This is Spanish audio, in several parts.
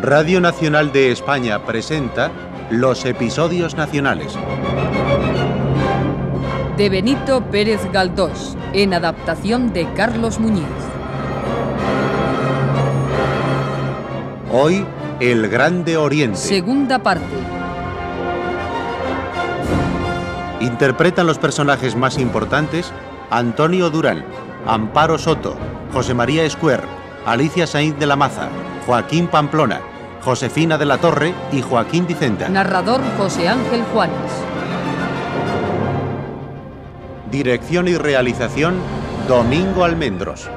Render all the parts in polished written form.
Radio Nacional de España presenta Los Episodios Nacionales. De Benito Pérez Galdós, en adaptación de Carlos Muñiz. Hoy, El Grande Oriente. Segunda parte. Interpretan los personajes más importantes Antonio Durán, Amparo Soto, José María Escuer, Alicia Sainz de la Maza, Joaquín Pamplona, Josefina de la Torre y Joaquín Vicenta. Narrador José Ángel Juanes. Dirección y realización Domingo Almendros.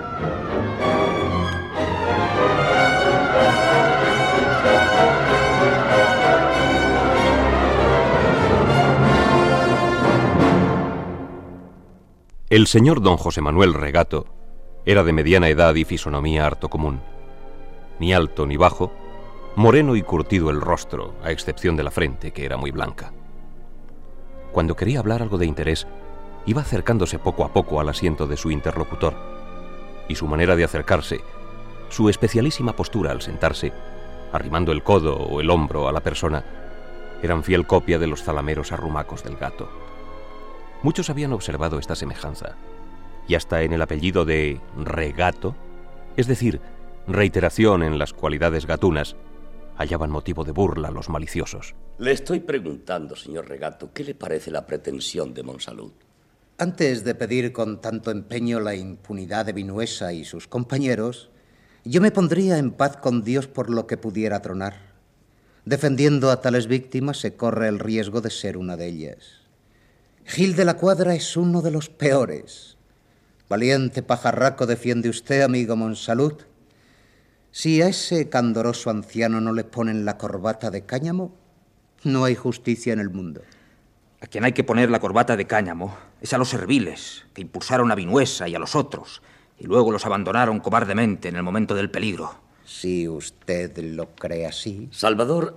El señor don José Manuel Regato era de mediana edad y fisonomía harto común. Ni alto ni bajo, moreno y curtido el rostro, a excepción de la frente, que era muy blanca. Cuando quería hablar algo de interés, iba acercándose poco a poco al asiento de su interlocutor, y su manera de acercarse, su especialísima postura al sentarse, arrimando el codo o el hombro a la persona, eran fiel copia de los zalameros arrumacos del gato. Muchos habían observado esta semejanza, y hasta en el apellido de Regato, es decir, reiteración en las cualidades gatunas, hallaban motivo de burla los maliciosos. Le estoy preguntando, señor Regato, ¿qué le parece la pretensión de Monsalud? Antes de pedir con tanto empeño la impunidad de Vinuesa y sus compañeros, yo me pondría en paz con Dios por lo que pudiera tronar. Defendiendo a tales víctimas se corre el riesgo de ser una de ellas. Gil de la Cuadra es uno de los peores. Valiente pajarraco defiende usted, amigo Monsalud. Si a ese candoroso anciano no le ponen la corbata de cáñamo, no hay justicia en el mundo. A quien hay que poner la corbata de cáñamo es a los serviles, que impulsaron a Vinuesa y a los otros, y luego los abandonaron cobardemente en el momento del peligro. Si usted lo cree así... Salvador,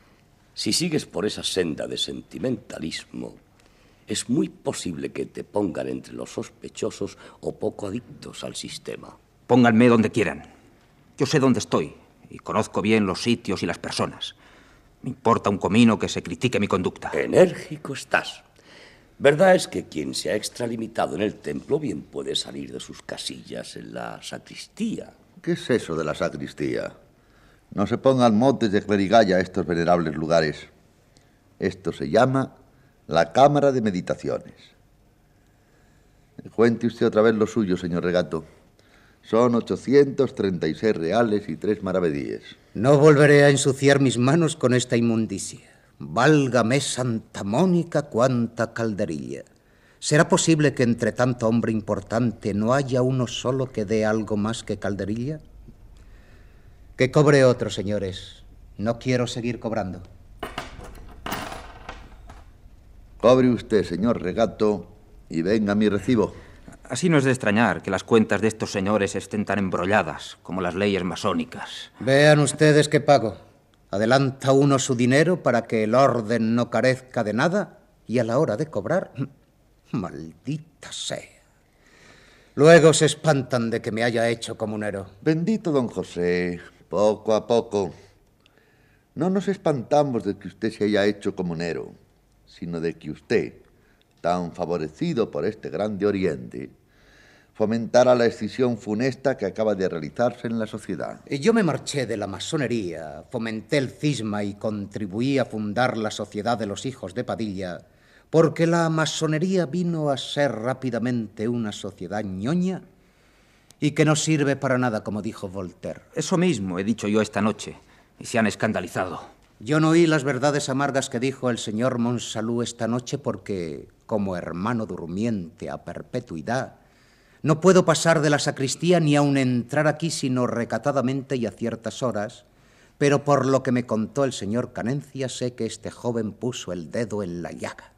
si sigues por esa senda de sentimentalismo, es muy posible que te pongan entre los sospechosos o poco adictos al sistema. Pónganme donde quieran. Yo sé dónde estoy y conozco bien los sitios y las personas. Me importa un comino que se critique mi conducta. Enérgico estás. Verdad es que quien se ha extralimitado en el templo bien puede salir de sus casillas en la sacristía. ¿Qué es eso de la sacristía? No se pongan motes de clerigalla a estos venerables lugares. Esto se llama la Cámara de Meditaciones. Cuente usted otra vez lo suyo, señor Regato. Son 836 reales y 3 maravedíes. No volveré a ensuciar mis manos con esta inmundicia. Válgame Santa Mónica, cuánta calderilla. ¿Será posible que entre tanto hombre importante no haya uno solo que dé algo más que calderilla? Que cobre otro, señores. No quiero seguir cobrando. Cobre usted, señor Regato, y venga mi recibo. Así no es de extrañar que las cuentas de estos señores estén tan embrolladas como las leyes masónicas. Vean ustedes qué pago. Adelanta uno su dinero para que el orden no carezca de nada y a la hora de cobrar, maldita sea. Luego se espantan de que me haya hecho comunero. Bendito don José, poco a poco. No nos espantamos de que usted se haya hecho comunero, sino de que usted, tan favorecido por este grande Oriente, fomentara la escisión funesta que acaba de realizarse en la sociedad. Yo me marché de la masonería, fomenté el cisma y contribuí a fundar la Sociedad de los Hijos de Padilla, porque la masonería vino a ser rápidamente una sociedad ñoña y que no sirve para nada, como dijo Voltaire. Eso mismo he dicho yo esta noche, y se han escandalizado. Yo no oí las verdades amargas que dijo el señor Monsalud esta noche porque, como hermano durmiente a perpetuidad, no puedo pasar de la sacristía ni aun entrar aquí sino recatadamente y a ciertas horas, pero por lo que me contó el señor Canencia sé que este joven puso el dedo en la llaga.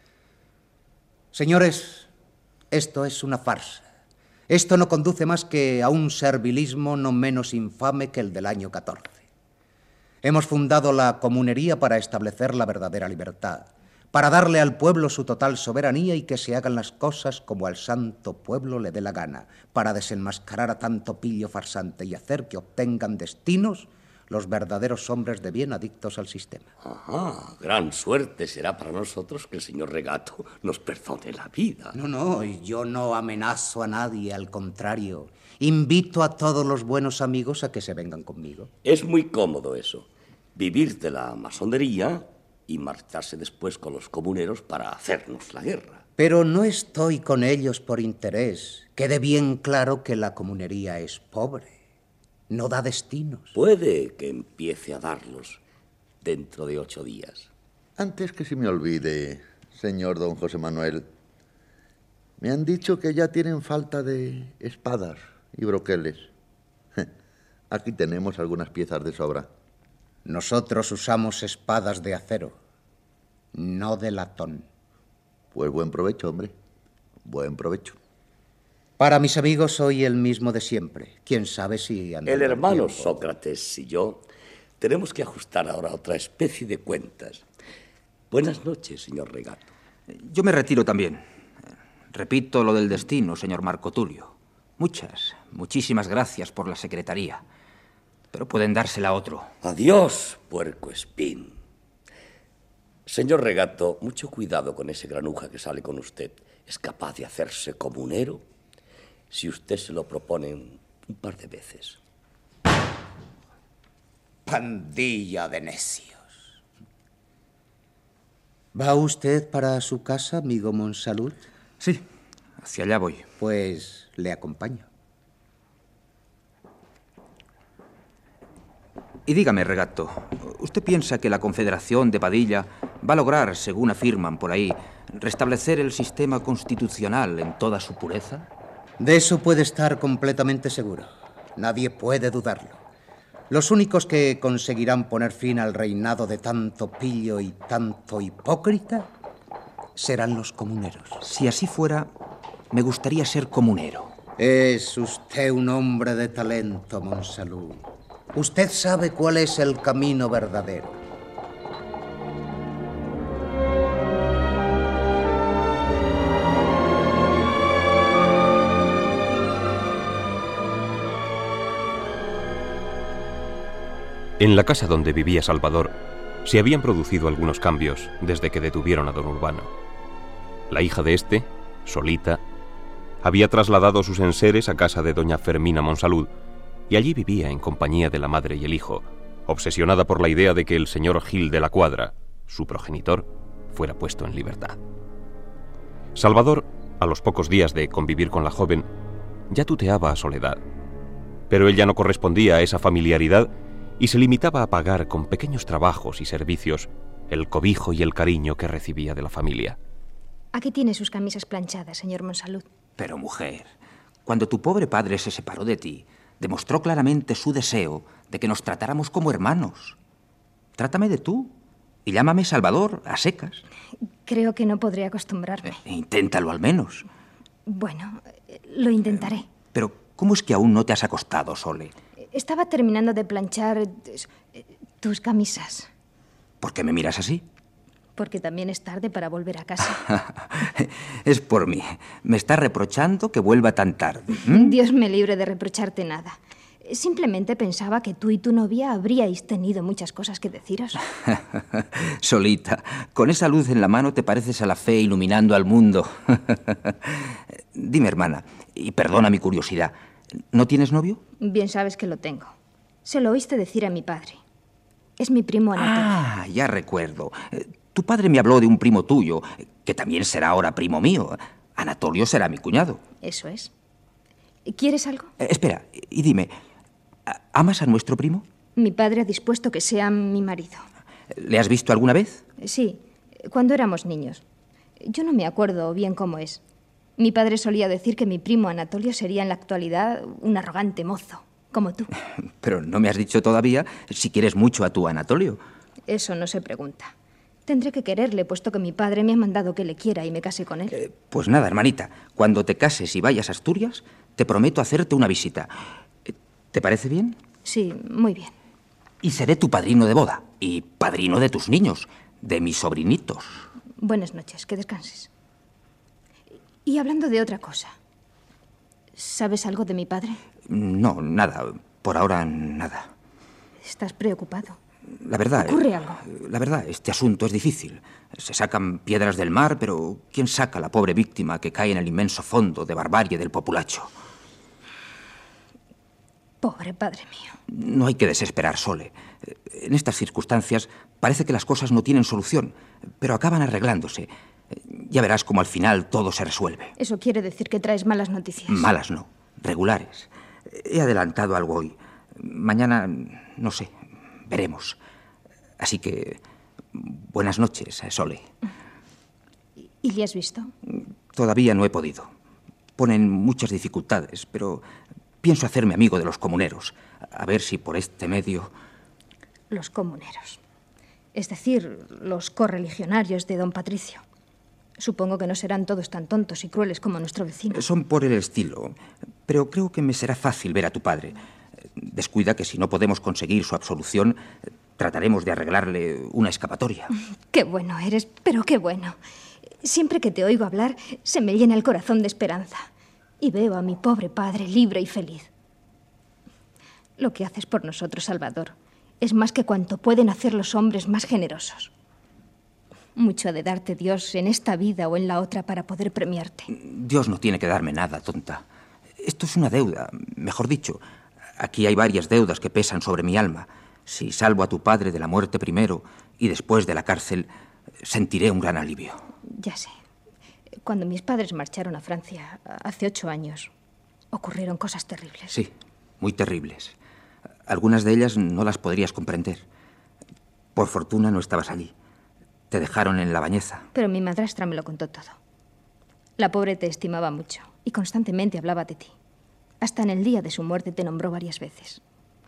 Señores, esto es una farsa. Esto no conduce más que a un servilismo no menos infame que el del año 14. Hemos fundado la comunería para establecer la verdadera libertad, para darle al pueblo su total soberanía y que se hagan las cosas como al santo pueblo le dé la gana, para desenmascarar a tanto pillo farsante y hacer que obtengan destinos los verdaderos hombres de bien adictos al sistema. Ajá, gran suerte será para nosotros que el señor Regato nos perdone la vida. No, yo no amenazo a nadie, al contrario. Invito a todos los buenos amigos a que se vengan conmigo. Es muy cómodo eso, vivir de la masonería y marcharse después con los comuneros para hacernos la guerra. Pero no estoy con ellos por interés. Quede bien claro que la comunería es pobre. No da destinos. Puede que empiece a darlos dentro de 8 días. Antes que se me olvide, señor don José Manuel, me han dicho que ya tienen falta de espadas y broqueles. Aquí tenemos algunas piezas de sobra. Nosotros usamos espadas de acero, no de latón. Pues buen provecho, hombre. Buen provecho. Para mis amigos soy el mismo de siempre. ¿Quién sabe si... El hermano Sócrates y yo tenemos que ajustar ahora otra especie de cuentas. Buenas noches, señor Regato. Yo me retiro también. Repito lo del destino, señor Marco Tulio. Muchísimas gracias por la secretaría. Pero pueden dársela a otro. Adiós, puerco espín. Señor Regato, mucho cuidado con ese granuja que sale con usted. Es capaz de hacerse comunero si usted se lo propone un par de veces. Pandilla de necios. ¿Va usted para su casa, amigo Monsalud? Sí, hacia allá voy. Pues le acompaño. Y dígame, Regato, ¿usted piensa que la Confederación de Padilla va a lograr, según afirman por ahí, restablecer el sistema constitucional en toda su pureza? De eso puede estar completamente seguro. Nadie puede dudarlo. Los únicos que conseguirán poner fin al reinado de tanto pillo y tanto hipócrita serán los comuneros. Si así fuera, me gustaría ser comunero. Es usted un hombre de talento, Monsalud. Usted sabe cuál es el camino verdadero. En la casa donde vivía Salvador se habían producido algunos cambios desde que detuvieron a don Urbano. La hija de este, Solita, había trasladado sus enseres a casa de doña Fermina Monsalud y allí vivía en compañía de la madre y el hijo, obsesionada por la idea de que el señor Gil de la Cuadra, su progenitor, fuera puesto en libertad. Salvador, a los pocos días de convivir con la joven, ya tuteaba a Soledad, pero ella no correspondía a esa familiaridad y se limitaba a pagar con pequeños trabajos y servicios el cobijo y el cariño que recibía de la familia. Aquí tiene sus camisas planchadas, señor Monsalud. Pero, mujer, cuando tu pobre padre se separó de ti, demostró claramente su deseo de que nos tratáramos como hermanos. Trátame de tú y llámame Salvador, a secas. Creo que no podré acostumbrarme. Inténtalo al menos. Bueno, lo intentaré. Pero, ¿cómo es que aún no te has acostado, Sole? Estaba terminando de planchar tus camisas. ¿Por qué me miras así? Porque también es tarde para volver a casa. Es por mí. Me estás reprochando que vuelva tan tarde. Dios me libre de reprocharte nada. Simplemente pensaba que tú y tu novia habríais tenido muchas cosas que deciros. Solita, con esa luz en la mano te pareces a la fe iluminando al mundo. Dime, hermana, y perdona mi curiosidad, ¿no tienes novio? Bien sabes que lo tengo. Se lo oíste decir a mi padre. Es mi primo Anatolio. Ah, ya recuerdo. Tu padre me habló de un primo tuyo, que también será ahora primo mío. Anatolio será mi cuñado. Eso es. ¿Quieres algo? Espera, y dime, ¿amas a nuestro primo? Mi padre ha dispuesto que sea mi marido. ¿Le has visto alguna vez? Sí, cuando éramos niños. Yo no me acuerdo bien cómo es. Mi padre solía decir que mi primo Anatolio sería en la actualidad un arrogante mozo, como tú. Pero no me has dicho todavía si quieres mucho a tu Anatolio. Eso no se pregunta. Tendré que quererle, puesto que mi padre me ha mandado que le quiera y me case con él. Pues nada, hermanita. Cuando te cases y vayas a Asturias, te prometo hacerte una visita. ¿Te parece bien? Sí, muy bien. Y seré tu padrino de boda y padrino de tus niños, de mis sobrinitos. Buenas noches, que descanses. Y hablando de otra cosa, ¿sabes algo de mi padre? No, nada. Por ahora, nada. Estás preocupado. La verdad... ¿Ocurre algo? La verdad, este asunto es difícil. Se sacan piedras del mar, pero ¿quién saca a la pobre víctima que cae en el inmenso fondo de barbarie del populacho? Pobre padre mío. No hay que desesperar, Sole. En estas circunstancias parece que las cosas no tienen solución, pero acaban arreglándose. Ya verás cómo al final todo se resuelve. Eso quiere decir que traes malas noticias. Malas no, regulares. He adelantado algo hoy. Mañana, no sé, veremos. Así que, buenas noches, Sole. ¿Y le has visto? Todavía no he podido. Ponen muchas dificultades, pero pienso hacerme amigo de los comuneros. A ver si por este medio... Los comuneros. Es decir, los correligionarios de don Patricio. Supongo que no serán todos tan tontos y crueles como nuestro vecino. Son por el estilo, pero creo que me será fácil ver a tu padre. Descuida que si no podemos conseguir su absolución, trataremos de arreglarle una escapatoria. Qué bueno eres, pero qué bueno. Siempre que te oigo hablar, se me llena el corazón de esperanza. Y veo a mi pobre padre libre y feliz. Lo que haces por nosotros, Salvador, es más que cuanto pueden hacer los hombres más generosos. Mucho ha de darte Dios en esta vida o en la otra para poder premiarte. Dios no tiene que darme nada, tonta. Esto es una deuda, mejor dicho. Aquí hay varias deudas que pesan sobre mi alma. Si salvo a tu padre de la muerte primero y después de la cárcel, sentiré un gran alivio. Ya sé. Cuando mis padres marcharon a Francia hace 8 años, ocurrieron cosas terribles. Sí, muy terribles. Algunas de ellas no las podrías comprender. Por fortuna no estabas allí. Te dejaron en La Bañeza. Pero mi madrastra me lo contó todo. La pobre te estimaba mucho y constantemente hablaba de ti. Hasta en el día de su muerte te nombró varias veces.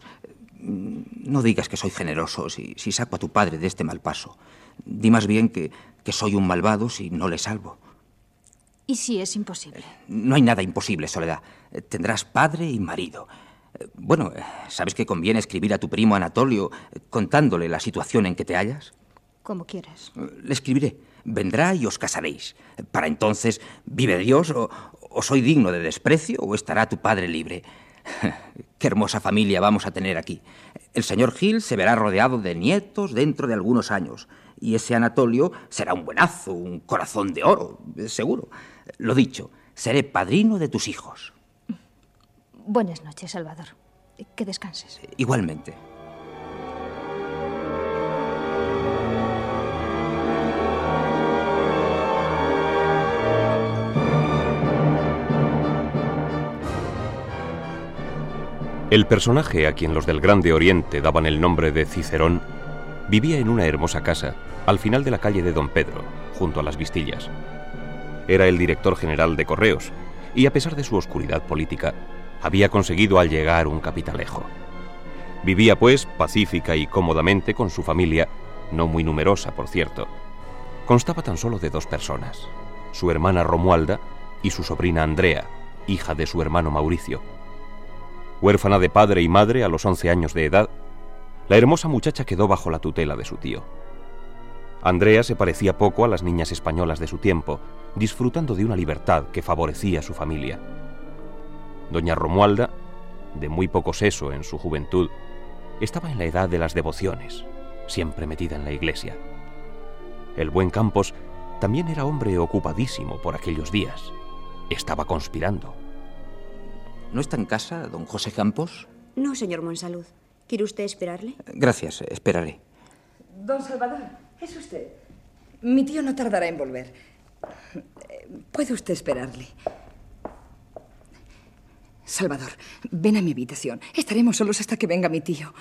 No digas que soy generoso si saco a tu padre de este mal paso. Di más bien que soy un malvado si no le salvo. ¿Y si es imposible? No hay nada imposible, Soledad. Tendrás padre y marido. Bueno, ¿sabes que conviene escribir a tu primo Anatolio contándole la situación en que te hallas? Como quieras. Le escribiré. Vendrá y os casaréis. Para entonces, vive Dios, o soy digno de desprecio, o estará tu padre libre. Qué hermosa familia vamos a tener aquí. El señor Gil se verá rodeado de nietos dentro de algunos años. Y ese Anatolio será un buenazo, un corazón de oro, seguro. Lo dicho, seré padrino de tus hijos. Buenas noches, Salvador. Que descanses. Igualmente. El personaje a quien los del Grande Oriente daban el nombre de Cicerón vivía en una hermosa casa al final de la calle de Don Pedro, junto a las Vistillas. Era el director general de Correos y, a pesar de su oscuridad política, había conseguido al llegar un capitalejo. Vivía, pues, pacífica y cómodamente con su familia, no muy numerosa, por cierto. Constaba tan solo de 2 personas, su hermana Romualda y su sobrina Andrea, hija de su hermano Mauricio. Huérfana de padre y madre a los 11 años de edad, la hermosa muchacha quedó bajo la tutela de su tío. Andrea se parecía poco a las niñas españolas de su tiempo, disfrutando de una libertad que favorecía a su familia. Doña Romualda, de muy poco seso en su juventud, estaba en la edad de las devociones, siempre metida en la iglesia. El buen Campos también era hombre ocupadísimo por aquellos días. Estaba conspirando. ¿No está en casa don José Campos? No, señor Monsalud. ¿Quiere usted esperarle? Gracias, esperaré. Don Salvador, ¿es usted? Mi tío no tardará en volver. Puede usted esperarle. Salvador, ven a mi habitación. Estaremos solos hasta que venga mi tío.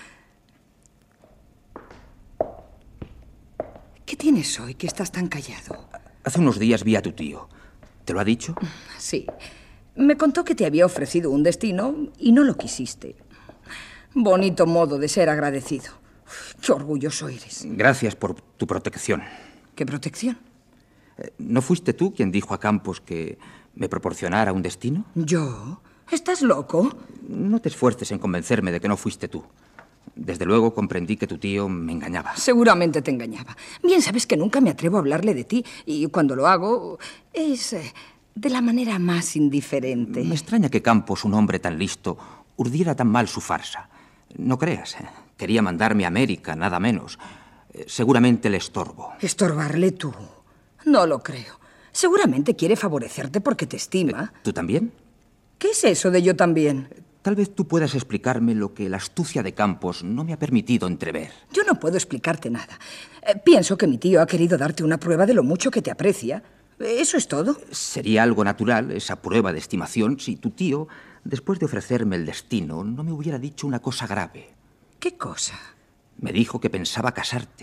¿Qué tienes hoy que estás tan callado? Hace unos días vi a tu tío. ¿Te lo ha dicho? Sí. Me contó que te había ofrecido un destino y no lo quisiste. Bonito modo de ser agradecido. Qué orgulloso eres. Gracias por tu protección. ¿Qué protección? ¿No fuiste tú quien dijo a Campos que me proporcionara un destino? ¿Yo? ¿Estás loco? No te esfuerces en convencerme de que no fuiste tú. Desde luego comprendí que tu tío me engañaba. Seguramente te engañaba. Bien sabes que nunca me atrevo a hablarle de ti y cuando lo hago es de la manera más indiferente. Me extraña que Campos, un hombre tan listo, urdiera tan mal su farsa. No creas, Quería mandarme a América, nada menos. Seguramente le estorbo. ¿Estorbarle tú? No lo creo. Seguramente quiere favorecerte porque te estima. ¿Tú también? ¿Qué es eso de yo también? Tal vez tú puedas explicarme lo que la astucia de Campos no me ha permitido entrever. Yo no puedo explicarte nada. Pienso que mi tío ha querido darte una prueba de lo mucho que te aprecia. ¿Eso es todo? Sería algo natural, esa prueba de estimación, si tu tío, después de ofrecerme el destino, no me hubiera dicho una cosa grave. ¿Qué cosa? Me dijo que pensaba casarte.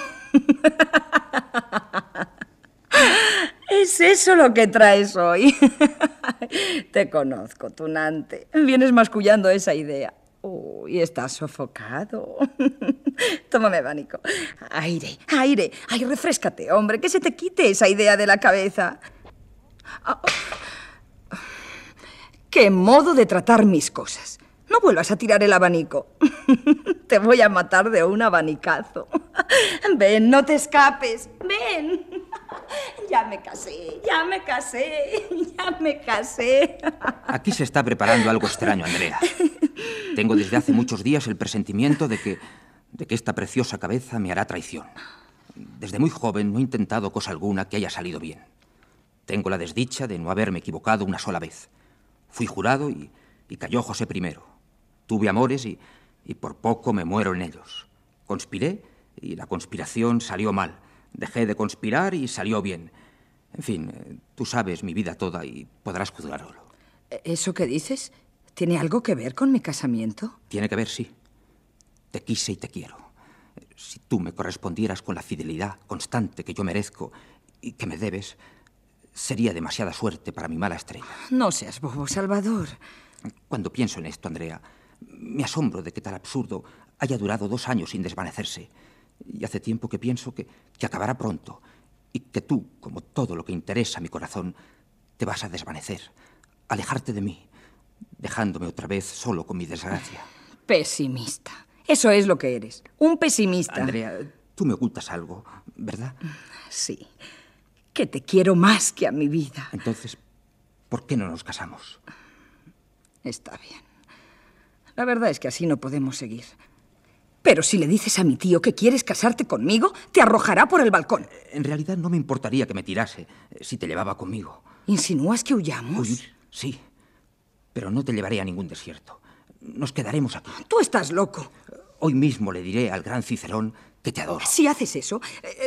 ¿Es eso lo que traes hoy? Te conozco, tunante. Vienes mascullando esa idea. Uy, estás sofocado. Tómame abanico. Aire, aire. Ay, refréscate, hombre, que se te quite esa idea de la cabeza. ¡Qué modo de tratar mis cosas! No vuelvas a tirar el abanico. Te voy a matar de un abanicazo. Ven, no te escapes. Ven. Ya me casé, ya me casé, ya me casé. Aquí se está preparando algo extraño, Andrea. Tengo desde hace muchos días el presentimiento de que esta preciosa cabeza me hará traición. Desde muy joven no he intentado cosa alguna que haya salido bien. Tengo la desdicha de no haberme equivocado una sola vez. Fui jurado y cayó José I. Tuve amores y por poco me muero en ellos. Conspiré y la conspiración salió mal. Dejé de conspirar y salió bien. En fin, tú sabes mi vida toda y podrás juzgarlo. ¿Eso que dices tiene algo que ver con mi casamiento? Tiene que ver, sí. Te quise y te quiero. Si tú me correspondieras con la fidelidad constante que yo merezco y que me debes, sería demasiada suerte para mi mala estrella. No seas bobo, Salvador. Cuando pienso en esto, Andrea, me asombro de que tal absurdo haya durado 2 años sin desvanecerse. Y hace tiempo que pienso que acabará pronto y que tú, como todo lo que interesa a mi corazón, te vas a desvanecer, alejarte de mí, dejándome otra vez solo con mi desgracia. Pesimista. Eso es lo que eres, un pesimista. Andrea, tú me ocultas algo, ¿verdad? Sí, que te quiero más que a mi vida. Entonces, ¿por qué no nos casamos? Está bien. La verdad es que así no podemos seguir. Pero si le dices a mi tío que quieres casarte conmigo, te arrojará por el balcón. En realidad no me importaría que me tirase si te llevaba conmigo. ¿Insinúas que huyamos? ¿Huir? Sí, pero no te llevaré a ningún desierto. Nos quedaremos aquí. Tú estás loco. Hoy mismo le diré al gran Cicerón que te adoro. Si haces eso...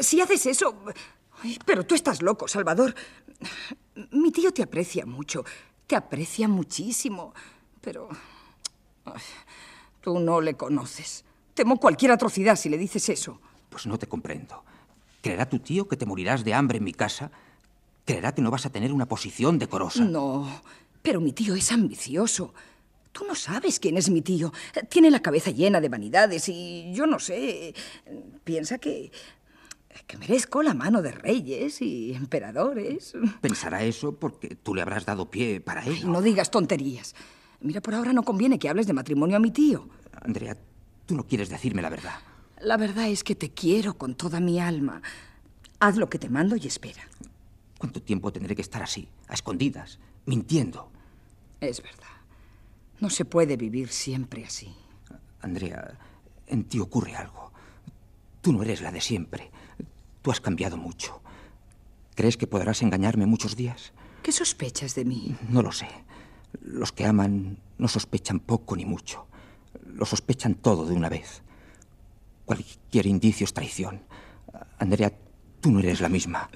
Ay, pero tú estás loco, Salvador. Mi tío te aprecia mucho. Te aprecia muchísimo. Pero... ay, tú no le conoces. Temo cualquier atrocidad si le dices eso. Pues no te comprendo. ¿Creerá tu tío que te morirás de hambre en mi casa? ¿Creerá que no vas a tener una posición decorosa? No, pero mi tío es ambicioso. Tú no sabes quién es mi tío. Tiene la cabeza llena de vanidades y yo no sé. Piensa que merezco la mano de reyes y emperadores. Pensará eso porque tú le habrás dado pie para ello. Ay, no digas tonterías. Mira, por ahora no conviene que hables de matrimonio a mi tío. Andrea, tú no quieres decirme la verdad. La verdad es que te quiero con toda mi alma. Haz lo que te mando y espera. ¿Cuánto tiempo tendré que estar así, a escondidas, mintiendo? Es verdad. No se puede vivir siempre así. Andrea, en ti ocurre algo. Tú no eres la de siempre. Tú has cambiado mucho. ¿Crees que podrás engañarme muchos días? ¿Qué sospechas de mí? No lo sé. Los que aman no sospechan poco ni mucho. Lo sospechan todo de una vez. Cualquier indicio es traición. Andrea, tú no eres la misma.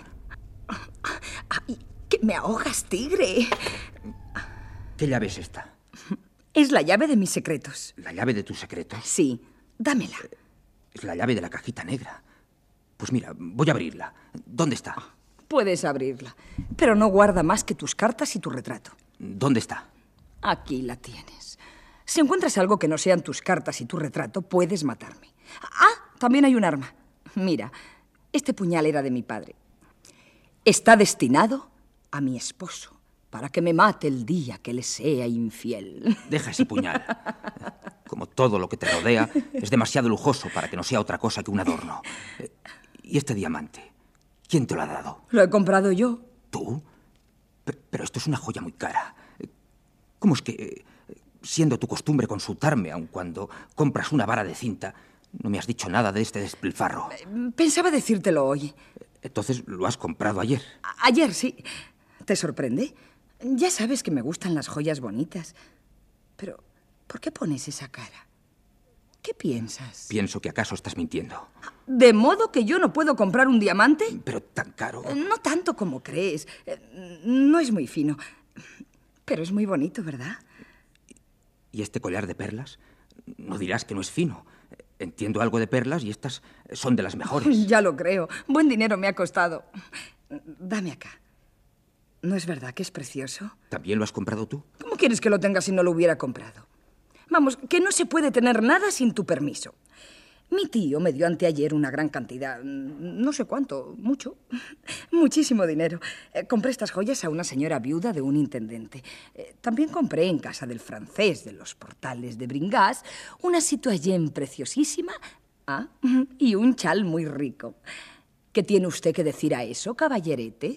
¡Ay, que me ahogas, tigre! ¿Qué llave es esta? Es la llave de mis secretos. ¿La llave de tus secretos? Sí, dámela. Es la llave de la cajita negra. Pues mira, voy a abrirla. ¿Dónde está? Puedes abrirla, pero no guarda más que tus cartas y tu retrato. ¿Dónde está? Aquí la tienes. Si encuentras algo que no sean tus cartas y tu retrato, puedes matarme. Ah, también hay un arma. Mira, este puñal era de mi padre. Está destinado a mi esposo, para que me mate el día que le sea infiel. Deja ese puñal. Como todo lo que te rodea, es demasiado lujoso para que no sea otra cosa que un adorno. ¿Y este diamante? ¿Quién te lo ha dado? Lo he comprado yo. ¿Tú? Pero esto es una joya muy cara. ¿Cómo es que siendo tu costumbre consultarme, aun cuando compras una vara de cinta, no me has dicho nada de este despilfarro. Pensaba decírtelo hoy. Entonces lo has comprado ayer. Ayer, sí. ¿Te sorprende? Ya sabes que me gustan las joyas bonitas. Pero, ¿por qué pones esa cara? ¿Qué piensas? Pienso que acaso estás mintiendo. ¿De modo que yo no puedo comprar un diamante? Pero tan caro. No tanto como crees. No es muy fino. Pero es muy bonito, ¿verdad? ¿Y este collar de perlas? No dirás que no es fino. Entiendo algo de perlas y estas son de las mejores. Ya lo creo. Buen dinero me ha costado. Dame acá. ¿No es verdad que es precioso? ¿También lo has comprado tú? ¿Cómo quieres que lo tenga si no lo hubiera comprado? Vamos, que no se puede tener nada sin tu permiso. Mi tío me dio anteayer una gran cantidad, no sé cuánto, mucho, muchísimo dinero. Compré estas joyas a una señora viuda de un intendente. También compré en casa del francés de los portales de Bringás una citoyenne preciosísima y un chal muy rico. ¿Qué tiene usted que decir a eso, caballerete?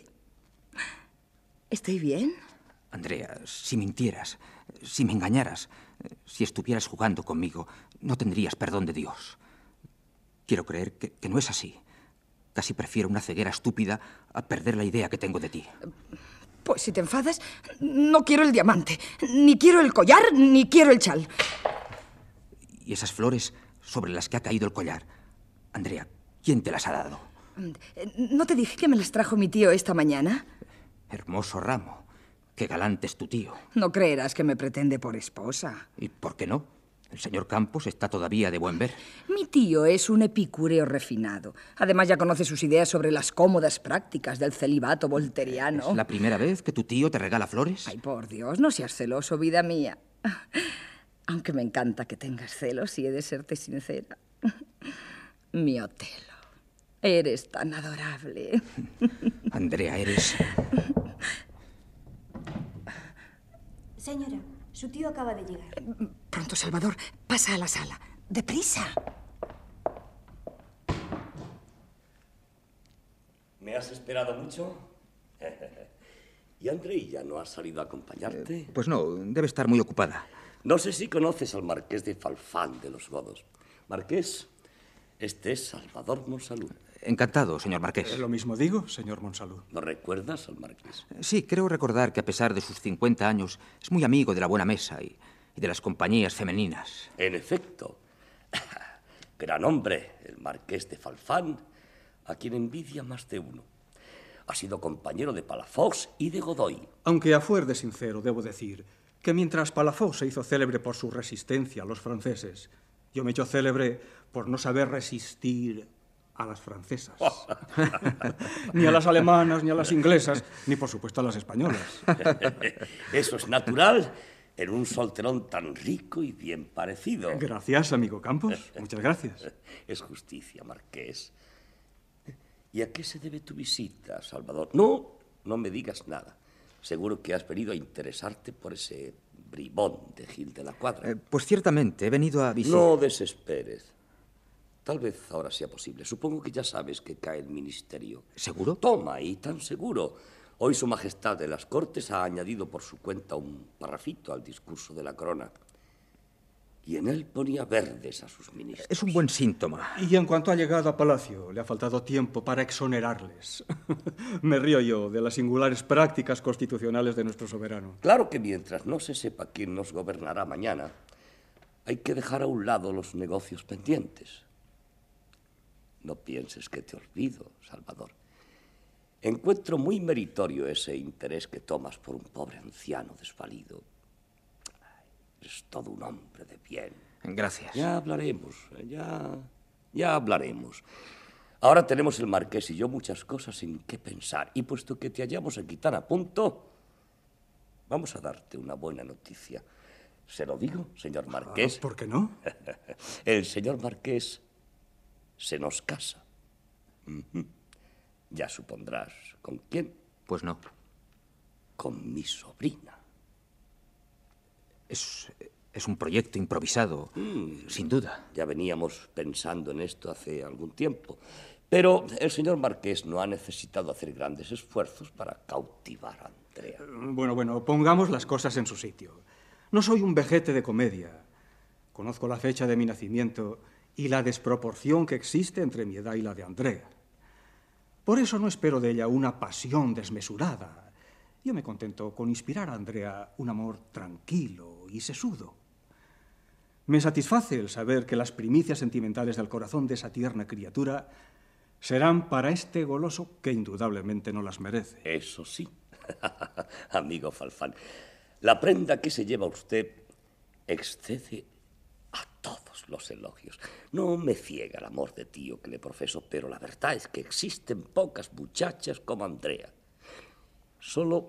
¿Estoy bien? Andrea, si mintieras, si me engañaras, si estuvieras jugando conmigo, no tendrías perdón de Dios. Quiero creer que no es así. Casi prefiero una ceguera estúpida a perder la idea que tengo de ti. Pues si te enfadas, no quiero el diamante, ni quiero el collar, ni quiero el chal. ¿Y esas flores sobre las que ha caído el collar? Andrea, ¿quién te las ha dado? ¿No te dije que me las trajo mi tío esta mañana? Hermoso ramo. Qué galante es tu tío. No creerás que me pretende por esposa. ¿Y por qué no? El señor Campos está todavía de buen ver. Mi tío es un epicúreo refinado. Además, ya conoce sus ideas sobre las cómodas prácticas del celibato volteriano. ¿Es la primera vez que tu tío te regala flores? Ay, por Dios, no seas celoso, vida mía. Aunque me encanta que tengas celos y he de serte sincera. Mi Otelo, eres tan adorable. Andrea, eres... Señora, su tío acaba de llegar. Pronto, Salvador, pasa a la sala. ¡Deprisa! ¿Me has esperado mucho? ¿Y Andreilla no ha salido a acompañarte? Pues no, debe estar muy ocupada. No sé si conoces al marqués de Falfán de los Godos. Marqués, este es Salvador Monsalud. Encantado, señor marqués. Lo mismo digo, señor Monsalud. ¿No recuerdas al marqués? Sí, creo recordar que a pesar de sus 50 años es muy amigo de la buena mesa y de las compañías femeninas. En efecto. Gran hombre, el marqués de Falfán, a quien envidia más de uno. Ha sido compañero de Palafox y de Godoy. Aunque a fuer de sincero, debo decir que mientras Palafox se hizo célebre por su resistencia a los franceses, yo me he hecho célebre por no saber resistir a las francesas. Ni a las alemanas, ni a las inglesas, ni por supuesto a las españolas. Eso es natural en un solterón tan rico y bien parecido. Gracias, amigo Campos. Muchas gracias. Es justicia, marqués. ¿Y a qué se debe tu visita, Salvador? No me digas nada. Seguro que has venido a interesarte por ese bribón de Gil de la Cuadra. Pues ciertamente, he venido a visitar... No desesperes. Tal vez ahora sea posible. Supongo que ya sabes que cae el ministerio. ¿Seguro? Toma, y tan seguro. Hoy Su Majestad de las Cortes ha añadido por su cuenta un parrafito al discurso de la corona. Y en él ponía verdes a sus ministros. Es un buen síntoma. Y en cuanto ha llegado a Palacio, le ha faltado tiempo para exonerarles. Me río yo de las singulares prácticas constitucionales de nuestro soberano. Claro que mientras no se sepa quién nos gobernará mañana, hay que dejar a un lado los negocios pendientes. No pienses que te olvido, Salvador. Encuentro muy meritorio ese interés que tomas por un pobre anciano desvalido. Eres todo un hombre de bien. Gracias. Ya hablaremos, ya hablaremos. Ahora tenemos el marqués y yo muchas cosas en qué pensar. Y puesto que te hallamos aquí tan a punto, vamos a darte una buena noticia. ¿Se lo digo, señor marqués? ¿Por qué no? El señor marqués se nos casa. Ya supondrás con quién. Pues no. Con mi sobrina. Es un proyecto improvisado, sin duda. Ya veníamos pensando en esto hace algún tiempo. Pero el señor marqués no ha necesitado hacer grandes esfuerzos para cautivar a Andrea. Bueno, pongamos las cosas en su sitio. No soy un vejete de comedia. Conozco la fecha de mi nacimiento y la desproporción que existe entre mi edad y la de Andrea. Por eso no espero de ella una pasión desmesurada. Yo me contento con inspirar a Andrea un amor tranquilo y sesudo. Me satisface el saber que las primicias sentimentales del corazón de esa tierna criatura serán para este goloso que indudablemente no las merece. Eso sí, amigo Falfán, la prenda que se lleva usted excede a todos los elogios. No me ciega el amor de tío que le profeso, pero la verdad es que existen pocas muchachas como Andrea. Solo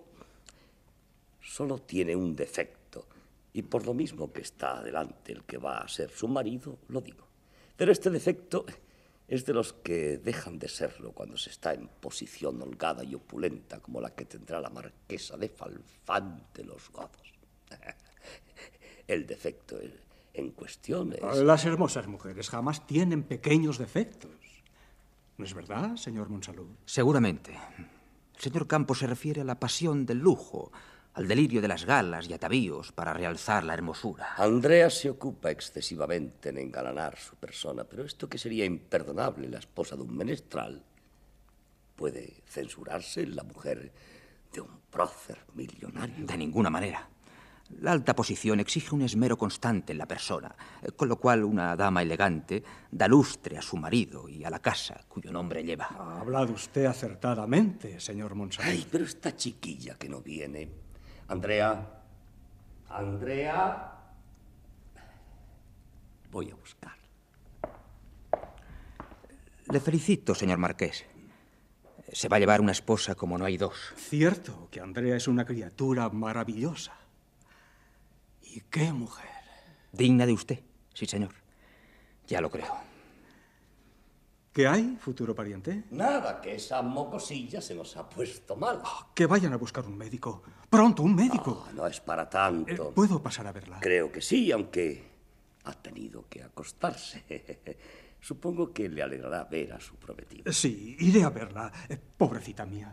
tiene un defecto, y por lo mismo que está delante el que va a ser su marido, lo digo. Pero este defecto es de los que dejan de serlo cuando se está en posición holgada y opulenta como la que tendrá la marquesa de Falfán de los Godos. El defecto en cuestión es... Las hermosas mujeres jamás tienen pequeños defectos. ¿No es verdad, señor Monsalud? Seguramente. El señor Campos se refiere a la pasión del lujo, al delirio de las galas y atavíos para realzar la hermosura. Andrea se ocupa excesivamente en engalanar su persona, pero esto que sería imperdonable en la esposa de un menestral puede censurarse en la mujer de un prócer millonario. De ninguna manera. La alta posición exige un esmero constante en la persona, con lo cual una dama elegante da lustre a su marido y a la casa cuyo nombre lleva. Ha hablado usted acertadamente, señor Monsalud. Ay, pero esta chiquilla que no viene... Andrea. Voy a buscar. Le felicito, señor Marqués. Se va a llevar una esposa como no hay dos. Cierto que Andrea es una criatura maravillosa. ¿Y qué mujer? Digna de usted, sí, señor. Ya lo creo. ¿Qué hay, futuro pariente? Nada, que esa mocosilla se nos ha puesto mal. Que vayan a buscar un médico. Pronto, un médico. No es para tanto. ¿Puedo pasar a verla? Creo que sí, aunque ha tenido que acostarse. Supongo que le alegrará ver a su prometido. Sí, iré a verla. Pobrecita mía.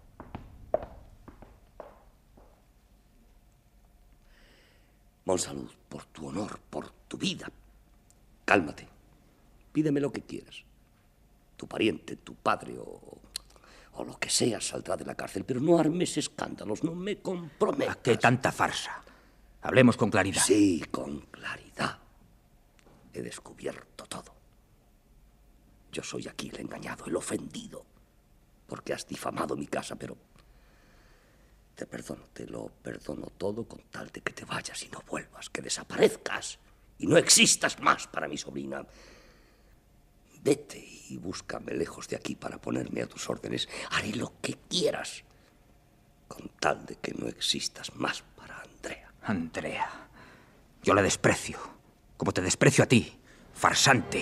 Monsalud, por tu honor, por tu vida, cálmate. Pídeme lo que quieras. Tu pariente, tu padre o lo que sea saldrá de la cárcel, pero no armes escándalos, no me comprometas. ¿A qué tanta farsa? Hablemos con claridad. Sí, con claridad. He descubierto todo. Yo soy aquí el engañado, el ofendido, porque has difamado mi casa, pero te perdono, te lo perdono todo con tal de que te vayas y no vuelvas, que desaparezcas y no existas más para mi sobrina. Vete y búscame lejos de aquí para ponerme a tus órdenes. Haré lo que quieras, con tal de que no existas más para Andrea. Andrea, yo la desprecio, como te desprecio a ti, farsante.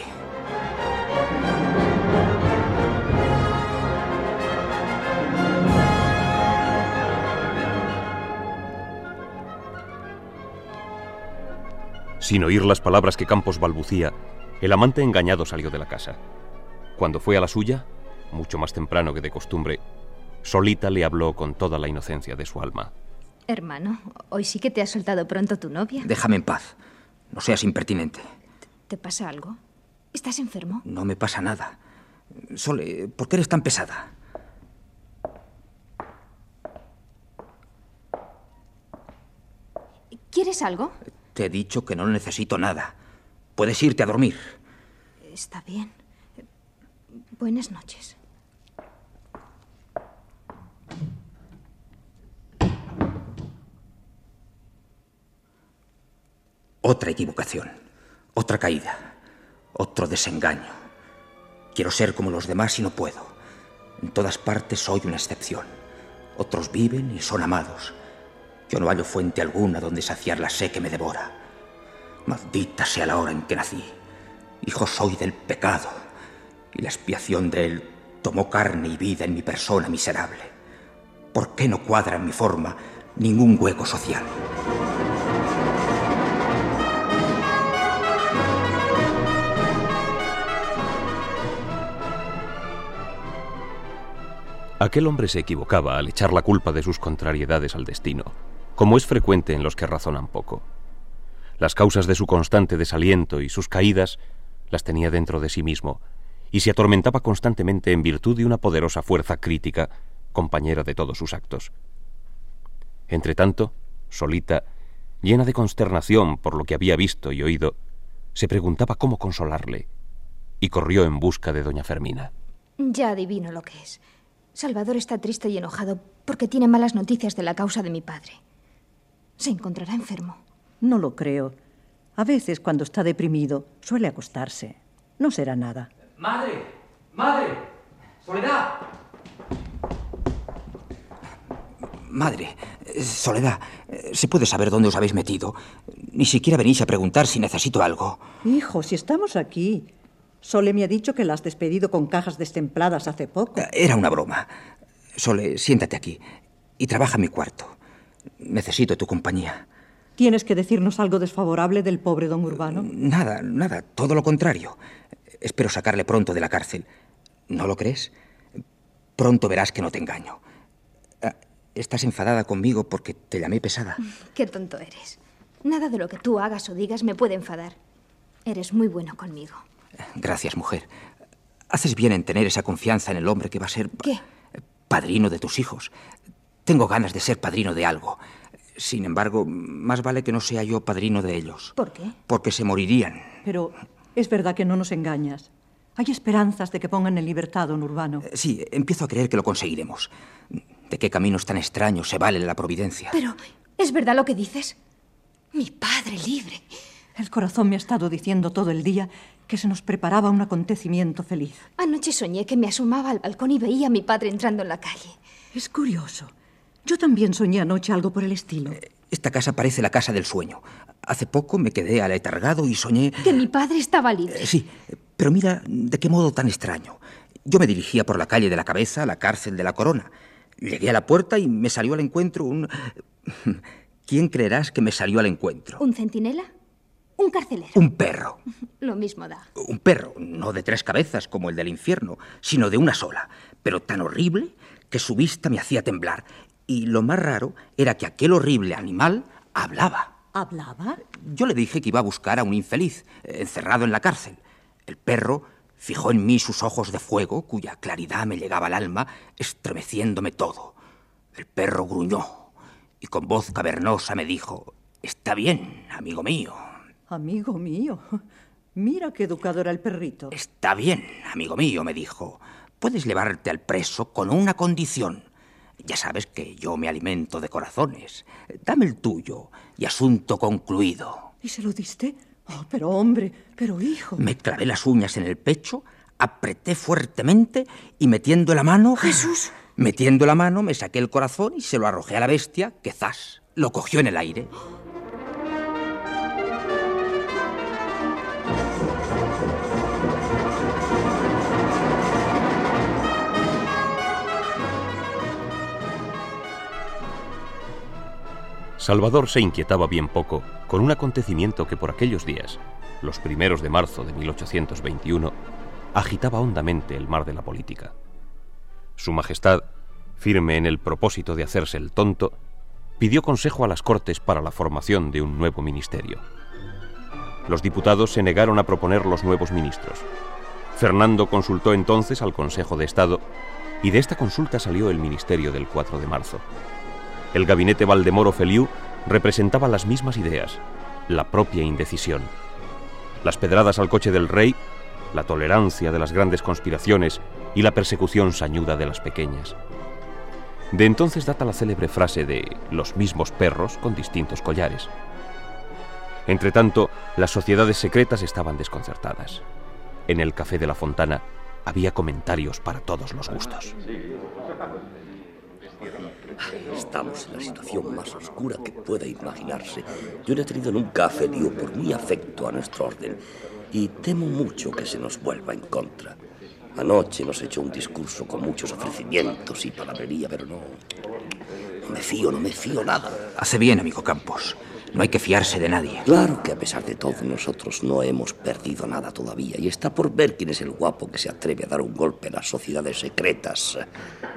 Sin oír las palabras que Campos balbucía, el amante engañado salió de la casa. Cuando fue a la suya, mucho más temprano que de costumbre, solita le habló con toda la inocencia de su alma. Hermano, hoy sí que te ha soltado pronto tu novia. Déjame en paz. No seas impertinente. ¿Te pasa algo? ¿Estás enfermo? No me pasa nada. Sole, ¿por qué eres tan pesada? ¿Quieres algo? Te he dicho que no necesito nada. Puedes irte a dormir. Está bien. Buenas noches. Otra equivocación, otra caída, otro desengaño. Quiero ser como los demás y no puedo. En todas partes soy una excepción. Otros viven y son amados. Yo no hallo fuente alguna donde saciar la sed que me devora. Maldita sea la hora en que nací. Hijo soy del pecado, y la expiación de él tomó carne y vida en mi persona miserable. ¿Por qué no cuadra en mi forma ningún hueco social? Aquel hombre se equivocaba al echar la culpa de sus contrariedades al destino, como es frecuente en los que razonan poco. Las causas de su constante desaliento y sus caídas las tenía dentro de sí mismo, y se atormentaba constantemente en virtud de una poderosa fuerza crítica, compañera de todos sus actos. Entretanto, solita, llena de consternación por lo que había visto y oído, se preguntaba cómo consolarle, y corrió en busca de doña Fermina. Ya adivino lo que es. Salvador está triste y enojado porque tiene malas noticias de la causa de mi padre. Se encontrará enfermo. No lo creo. A veces, cuando está deprimido, suele acostarse. No será nada. ¡Madre! ¡Madre! ¡Soledad! Madre, Soledad, ¿se puede saber dónde os habéis metido? Ni siquiera venís a preguntar si necesito algo. Hijo, si estamos aquí. Sole me ha dicho que la has despedido con cajas destempladas hace poco. Era una broma. Sole, siéntate aquí y trabaja en mi cuarto. Necesito tu compañía. ¿Tienes que decirnos algo desfavorable del pobre don Urbano? Nada, todo lo contrario. Espero sacarle pronto de la cárcel. ¿No lo crees? Pronto verás que no te engaño. Estás enfadada conmigo porque te llamé pesada. Qué tonto eres. Nada de lo que tú hagas o digas me puede enfadar. Eres muy bueno conmigo. Gracias, mujer. Haces bien en tener esa confianza en el hombre que va a ser... ¿Qué? Padrino de tus hijos. Tengo ganas de ser padrino de algo. Sin embargo, más vale que no sea yo padrino de ellos. ¿Por qué? Porque se morirían. Pero es verdad que no nos engañas. Hay esperanzas de que pongan en libertad a don Urbano. Sí, empiezo a creer que lo conseguiremos. ¿De qué caminos tan extraños se vale la providencia? Pero, ¿es verdad lo que dices? Mi padre libre. El corazón me ha estado diciendo todo el día que se nos preparaba un acontecimiento feliz. Anoche soñé que me asomaba al balcón y veía a mi padre entrando en la calle. Es curioso. Yo también soñé anoche algo por el estilo. Esta casa parece la casa del sueño. Hace poco me quedé aletargado y soñé... Que mi padre estaba libre. Sí, pero mira de qué modo tan extraño. Yo me dirigía por la calle de la Cabeza a la cárcel de la Corona. Llegué a la puerta y me salió al encuentro un... ¿Quién creerás que me salió al encuentro? ¿Un centinela? ¿Un carcelero? Un perro. Lo mismo da. Un perro, no de 3 cabezas como el del infierno, sino de una sola, pero tan horrible que su vista me hacía temblar. Y lo más raro era que aquel horrible animal hablaba. ¿Hablaba? Yo le dije que iba a buscar a un infeliz, encerrado en la cárcel. El perro fijó en mí sus ojos de fuego, cuya claridad me llegaba al alma, estremeciéndome todo. El perro gruñó y con voz cavernosa me dijo: «Está bien, amigo mío». Amigo mío. Mira qué educado era el perrito. «Está bien, amigo mío», me dijo. «Puedes llevarte al preso con una condición. Ya sabes que yo me alimento de corazones. Dame el tuyo y asunto concluido». ¿Y se lo diste? Oh, pero hombre, pero hijo. Me clavé las uñas en el pecho, apreté fuertemente y metiendo la mano... ¡Jesús! Metiendo la mano me saqué el corazón y se lo arrojé a la bestia, que zas, lo cogió en el aire. Salvador se inquietaba bien poco con un acontecimiento que por aquellos días, los 1 de marzo de 1821, agitaba hondamente el mar de la política. Su Majestad, firme en el propósito de hacerse el tonto, pidió consejo a las Cortes para la formación de un nuevo ministerio. Los diputados se negaron a proponer los nuevos ministros. Fernando consultó entonces al Consejo de Estado y de esta consulta salió el ministerio del 4 de marzo. El gabinete Valdemoro Feliú representaba las mismas ideas, la propia indecisión. Las pedradas al coche del rey, la tolerancia de las grandes conspiraciones y la persecución sañuda de las pequeñas. De entonces data la célebre frase de los mismos perros con distintos collares. Entretanto, las sociedades secretas estaban desconcertadas. En el Café de la Fontana había comentarios para todos los gustos. Estamos en la situación más oscura que pueda imaginarse. Yo no he tenido nunca a Feliú por mi afecto a nuestro orden y temo mucho que se nos vuelva en contra. Anoche nos echó un discurso con muchos ofrecimientos y palabrería, pero no me fío nada. Hace bien, amigo Campos. No hay que fiarse de nadie. Claro que a pesar de todo nosotros no hemos perdido nada todavía y está por ver quién es el guapo que se atreve a dar un golpe a las sociedades secretas,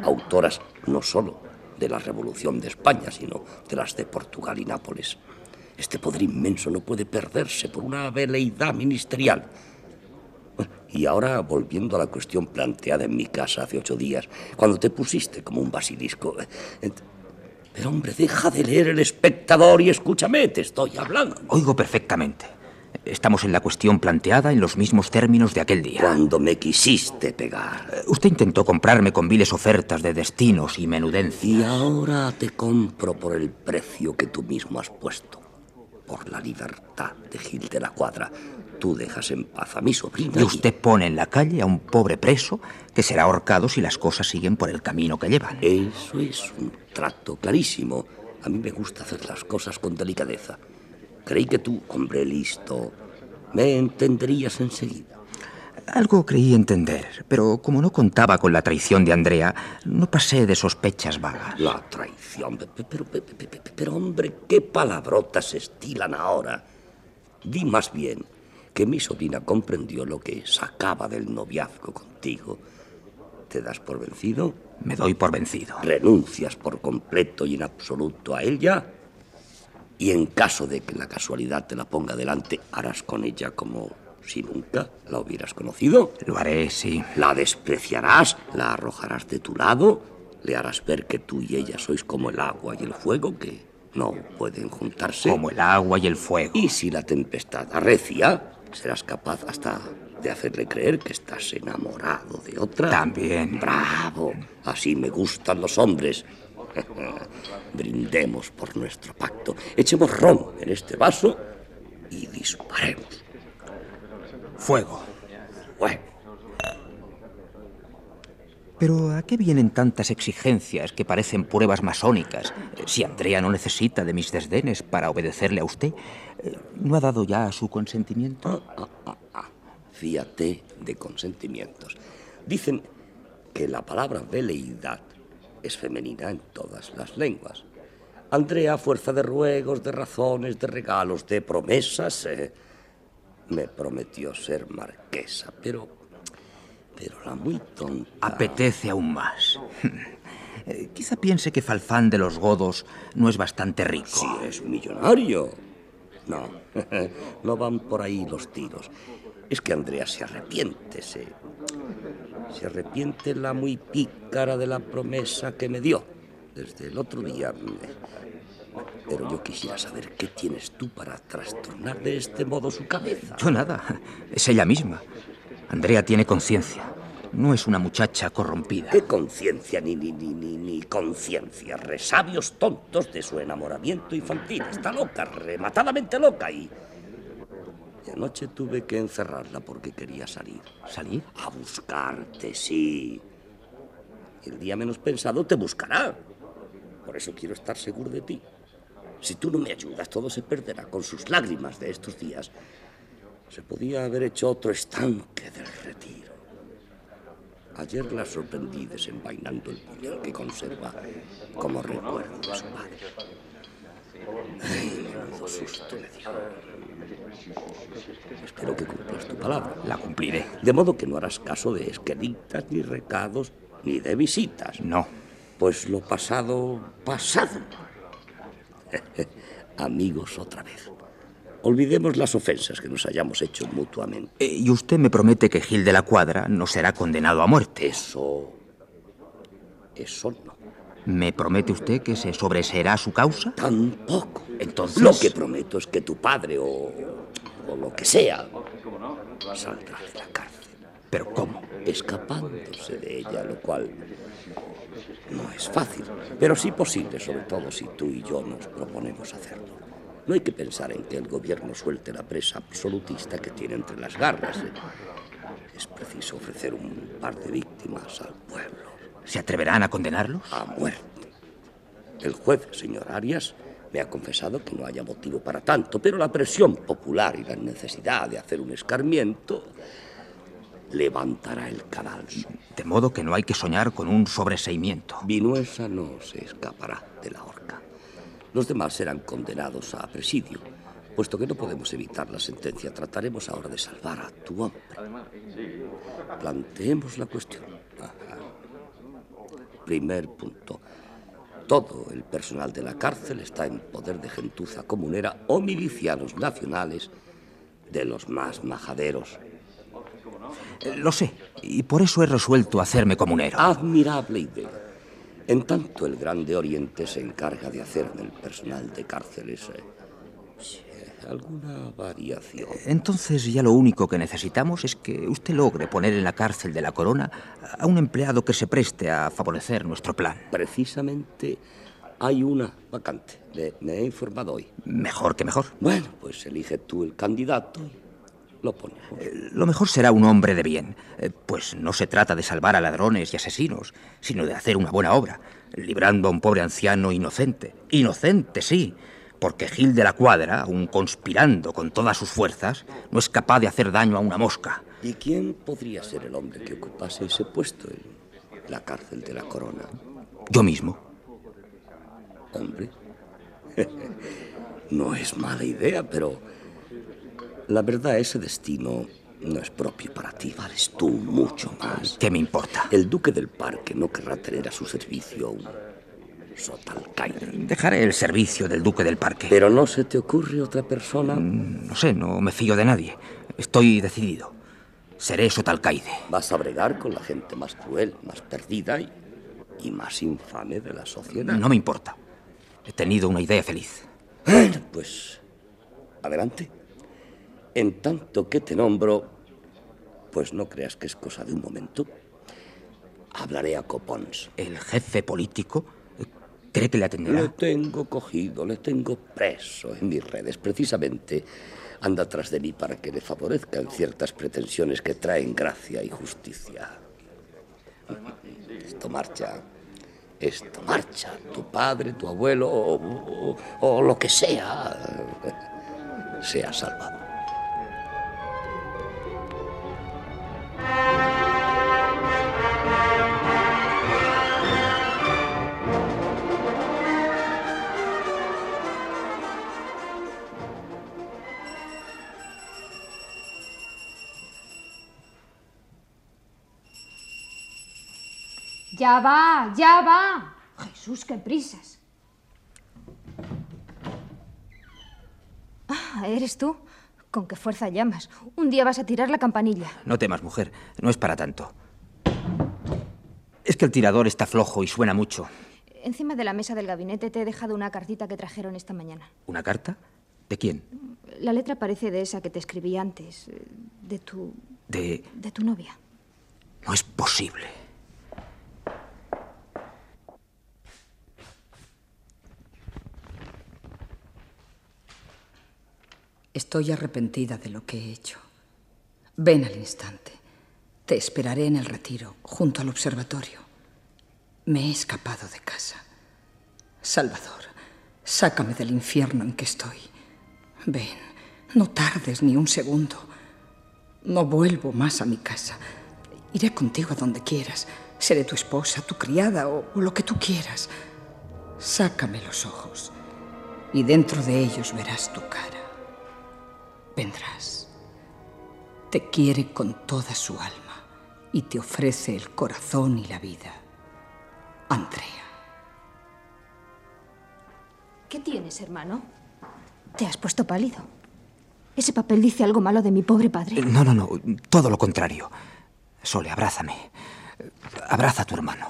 autoras no solo de la Revolución de España, sino de las de Portugal y Nápoles. Este poder inmenso no puede perderse por una veleidad ministerial. Y ahora, volviendo a la cuestión planteada en mi casa hace 8 días, cuando te pusiste como un basilisco... Pero, hombre, deja de leer El Espectador y escúchame, te estoy hablando. Oigo perfectamente. Estamos en la cuestión planteada en los mismos términos de aquel día. Cuando me quisiste pegar. Usted intentó comprarme con viles ofertas de destinos y menudencias. Y ahora te compro por el precio que tú mismo has puesto. Por la libertad de Gil de la Cuadra. Tú dejas en paz a mi sobrina. Y usted pone en la calle a un pobre preso que será ahorcado si las cosas siguen por el camino que llevan. Eso es un trato clarísimo. A mí me gusta hacer las cosas con delicadeza. Creí que tú, hombre listo, me entenderías enseguida. Algo creí entender, pero como no contaba con la traición de Andrea, no pasé de sospechas vagas. La traición. Pero hombre, ¿qué palabrotas se estilan ahora? Di más bien que mi sobrina comprendió lo que sacaba del noviazgo contigo. ¿Te das por vencido? Me doy por vencido. ¿Renuncias por completo y en absoluto a ella? Y en caso de que la casualidad te la ponga delante, harás con ella como si nunca la hubieras conocido. Lo haré, sí. La despreciarás, la arrojarás de tu lado, le harás ver que tú y ella sois como el agua y el fuego, que no pueden juntarse. Como el agua y el fuego. Y si la tempestad arrecia, serás capaz hasta de hacerle creer que estás enamorado de otra. También. ¡Bravo! Así me gustan los hombres. Brindemos por nuestro pacto. Echemos ron en este vaso y disparemos. Fuego. Fuego. Pero ¿a qué vienen tantas exigencias que parecen pruebas masónicas? Si Andrea no necesita de mis desdenes para obedecerle a usted, ¿no ha dado ya su consentimiento? Fíjate de consentimientos. Dicen que la palabra veleidad es femenina en todas las lenguas. Andrea, a fuerza de ruegos, de razones, de regalos, de promesas, me prometió ser marquesa, pero la muy tonta... Apetece aún más. Quizá piense que Falfán de los Godos no es bastante rico. Si es millonario. No, no van por ahí los tiros. Es que Andrea se arrepiente, se arrepiente la muy pícara de la promesa que me dio desde el otro día. Pero yo quisiera saber qué tienes tú para trastornar de este modo su cabeza. Yo nada, es ella misma. Andrea tiene conciencia. No es una muchacha corrompida. ¿Qué conciencia ni conciencia? Resabios tontos de su enamoramiento infantil. Está loca, rematadamente loca y anoche tuve que encerrarla porque quería salir. ¿Salir? A buscarte, sí. El día menos pensado te buscará. Por eso quiero estar seguro de ti. Si tú no me ayudas, todo se perderá con sus lágrimas de estos días. Se podía haber hecho otro estanque del retiro. Ayer la sorprendí desenvainando el puñal que conserva como recuerdo de su padre. Ay, menudo susto me dio. Espero que cumplas tu palabra. La cumpliré. De modo que no harás caso de esquelitas, ni recados, ni de visitas. No. Pues lo pasado, pasado. Amigos otra vez. Olvidemos las ofensas que nos hayamos hecho mutuamente. Y usted me promete que Gil de la Cuadra no será condenado a muerte. Eso no. ¿Me promete usted que se sobreseerá su causa? Tampoco. Entonces... Lo que prometo es que tu padre o lo que sea saldrá de la cárcel. ¿Pero cómo? Escapándose de ella, lo cual no es fácil, pero sí posible, sobre todo si tú y yo nos proponemos hacerlo. No hay que pensar en que el gobierno suelte la presa absolutista que tiene entre las garras. Es preciso ofrecer un par de víctimas al pueblo. ¿Se atreverán a condenarlos? A muerte. El juez, señor Arias, me ha confesado que no haya motivo para tanto, pero la presión popular y la necesidad de hacer un escarmiento levantará el cadalso. De modo que no hay que soñar con un sobreseimiento. Vinuesa no se escapará de la horca. Los demás serán condenados a presidio. Puesto que no podemos evitar la sentencia, trataremos ahora de salvar a tu hombre. Planteemos la cuestión. Primer punto. todo el personal de la cárcel está en poder de gentuza comunera o milicianos nacionales de los más majaderos. Lo sé, y por eso he resuelto hacerme comunero. Admirable idea. En tanto, el Grande Oriente se encarga de hacer del personal de cárceles alguna variación. Entonces ya lo único que necesitamos es que usted logre poner en la cárcel de la Corona a un empleado que se preste a favorecer nuestro plan. Precisamente hay una vacante. Me he informado hoy. Mejor que mejor. Bueno, pues elige tú el candidato y lo ponemos. Lo mejor será un hombre de bien, pues no se trata de salvar a ladrones y asesinos, sino de hacer una buena obra, librando a un pobre anciano inocente. Inocente, sí, porque Gil de la Cuadra, aun conspirando con todas sus fuerzas, no es capaz de hacer daño a una mosca. ¿Y quién podría ser el hombre que ocupase ese puesto en la cárcel de la Corona? Yo mismo. Hombre, no es mala idea, pero la verdad, ese destino no es propio para ti. Vales tú mucho más. ¿Qué me importa? El duque del Parque no querrá tener a su servicio un sotalcaide. Dejaré el servicio del duque del Parque. ¿Pero no se te ocurre otra persona? No sé, no me fío de nadie. Estoy decidido. Seré sotalcaide. Vas a bregar con la gente más cruel, más perdida y más infame de la sociedad. No me importa. He tenido una idea feliz. Bueno, pues adelante. En tanto que te nombro, pues no creas que es cosa de un momento. Hablaré a Copons. ¿El jefe político cree que le atenderá? Le tengo cogido, le tengo preso en mis redes. Precisamente anda tras de mí para que le favorezcan ciertas pretensiones que traen gracia y justicia. Esto marcha. Tu padre, tu abuelo o lo que sea, sea salvado. Ya va, ya va. Jesús, qué prisas. Ah, ¿eres tú? ¿Con qué fuerza llamas? Un día vas a tirar la campanilla. No temas, mujer. No es para tanto. Es que el tirador está flojo y suena mucho. Encima de la mesa del gabinete te he dejado una cartita que trajeron esta mañana. ¿Una carta? ¿De quién? La letra parece de esa que te escribí antes. De tu novia. No es posible. Estoy arrepentida de lo que he hecho. Ven al instante. Te esperaré en el retiro, junto al observatorio. Me he escapado de casa. Salvador, sácame del infierno en que estoy. Ven, no tardes ni un segundo. No vuelvo más a mi casa. Iré contigo a donde quieras. Seré tu esposa, tu criada o lo que tú quieras. Sácame los ojos y dentro de ellos verás tu cara. Vendrás. Te quiere con toda su alma y te ofrece el corazón y la vida. Andrea. ¿Qué tienes, hermano? Te has puesto pálido. ¿Ese papel dice algo malo de mi pobre padre? No. Todo lo contrario. Sole, abrázame. Abraza a tu hermano.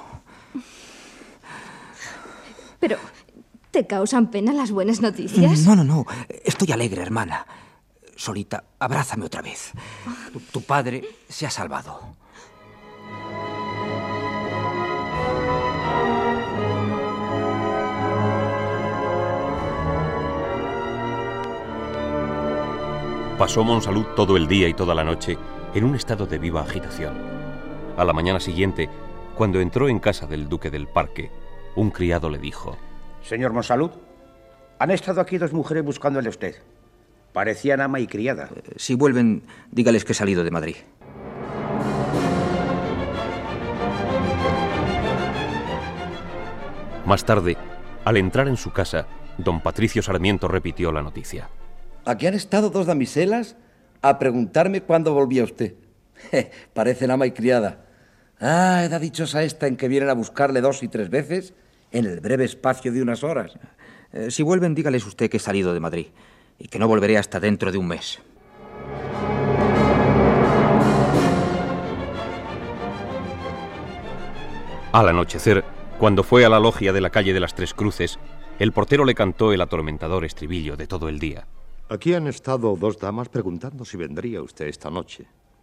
Pero, ¿te causan pena las buenas noticias? No. Estoy alegre, hermana. Solita, abrázame otra vez. Tu padre se ha salvado. Pasó Monsalud todo el día y toda la noche en un estado de viva agitación. A la mañana siguiente, cuando entró en casa del duque del Parque, un criado le dijo: Señor Monsalud, han estado aquí dos mujeres buscándole a usted. Parecían ama y criada. Si vuelven, dígales que he salido de Madrid. Más tarde, al entrar en su casa, don Patricio Sarmiento repitió la noticia. Aquí han estado dos damiselas a preguntarme cuándo volvía usted. Parecen ama y criada. Ah, edad dichosa esta en que vienen a buscarle 2 y 3 veces en el breve espacio de unas horas. Si vuelven, dígales usted que he salido de Madrid y que no volveré hasta dentro de un mes. Al anochecer, cuando fue a la logia de la calle de las Tres Cruces, el portero le cantó el atormentador estribillo de todo el día. Aquí han estado 2 damas preguntando si vendría usted esta noche.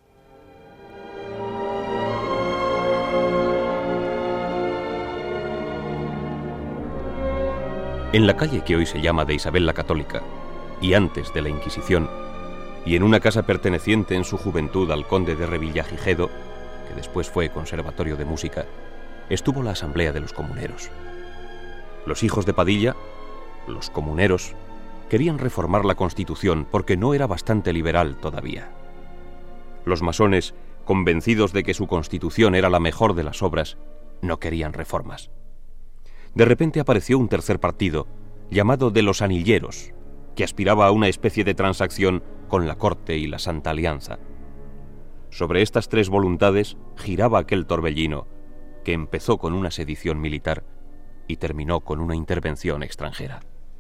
En la calle que hoy se llama de Isabel la Católica, y antes de la Inquisición, y en una casa perteneciente en su juventud al conde de Revillagigedo, que después fue conservatorio de música, estuvo la asamblea de los comuneros. Los hijos de Padilla, los comuneros, querían reformar la Constitución porque no era bastante liberal todavía. Los masones, convencidos de que su Constitución era la mejor de las obras, no querían reformas. De repente apareció un tercer partido, llamado de los Anilleros, que aspiraba a una especie de transacción con la Corte y la Santa Alianza. Sobre estas 3 voluntades giraba aquel torbellino, que empezó con una sedición militar y terminó con una intervención extranjera.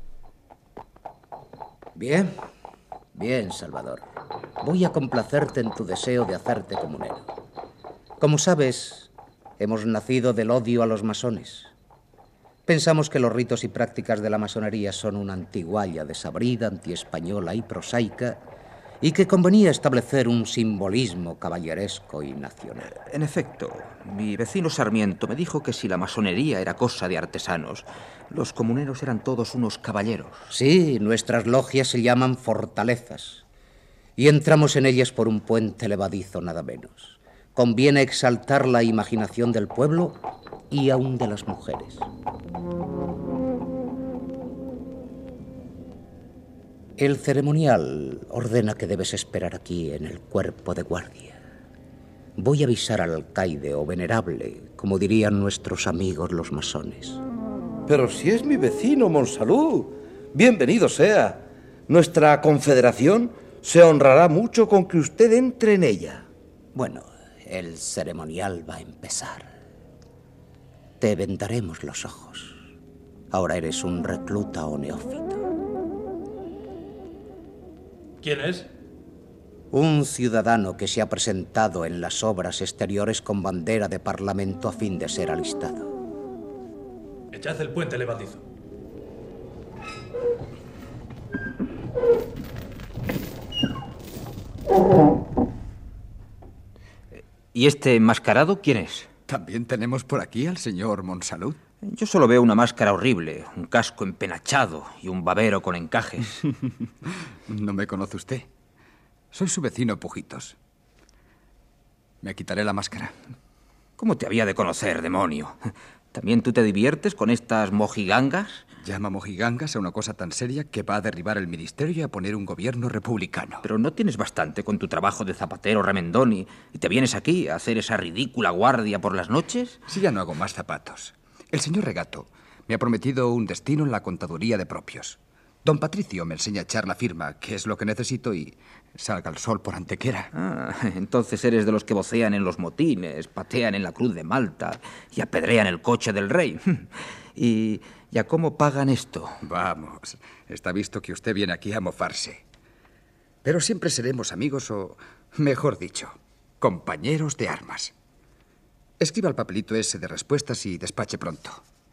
Bien, bien, Salvador. Voy a complacerte en tu deseo de hacerte comunero. Como sabes, hemos nacido del odio a los masones. Pensamos que los ritos y prácticas de la masonería son una antigualla desabrida, antiespañola y prosaica, y que convenía establecer un simbolismo caballeresco y nacional. En efecto, mi vecino Sarmiento me dijo que si la masonería era cosa de artesanos, los comuneros eran todos unos caballeros. Sí, nuestras logias se llaman fortalezas, y entramos en ellas por un puente levadizo nada menos. Conviene exaltar la imaginación del pueblo y aún de las mujeres. El ceremonial ordena que debes esperar aquí en el cuerpo de guardia. Voy a avisar al alcaide o venerable, como dirían nuestros amigos los masones. Pero si es mi vecino, Monsalud, bienvenido sea. Nuestra confederación se honrará mucho con que usted entre en ella. Bueno, el ceremonial va a empezar. Te vendaremos los ojos. Ahora eres un recluta o neófito. ¿Quién es? Un ciudadano que se ha presentado en las obras exteriores con bandera de parlamento a fin de ser alistado. Echad el puente levadizo. ¿Y este enmascarado quién es? También tenemos por aquí al señor Monsalud. Yo solo veo una máscara horrible, un casco empenachado y un babero con encajes. No me conoce usted. Soy su vecino Pujitos. Me quitaré la máscara. ¿Cómo te había de conocer, demonio? ¿También tú te diviertes con estas mojigangas? Llama mojigangas a una cosa tan seria que va a derribar el ministerio y a poner un gobierno republicano. Pero no tienes bastante con tu trabajo de zapatero remendón y te vienes aquí a hacer esa ridícula guardia por las noches. Si ya no hago más zapatos. El señor Regato me ha prometido un destino en la contaduría de propios. Don Patricio me enseña a echar la firma, que es lo que necesito, y salga el sol por Antequera. Ah, entonces eres de los que vocean en los motines, patean en la Cruz de Malta y apedrean el coche del rey. ¿Y a cómo pagan esto? Vamos, está visto que usted viene aquí a mofarse. Pero siempre seremos amigos o, mejor dicho, compañeros de armas. Escriba el papelito ese de respuestas y despache pronto.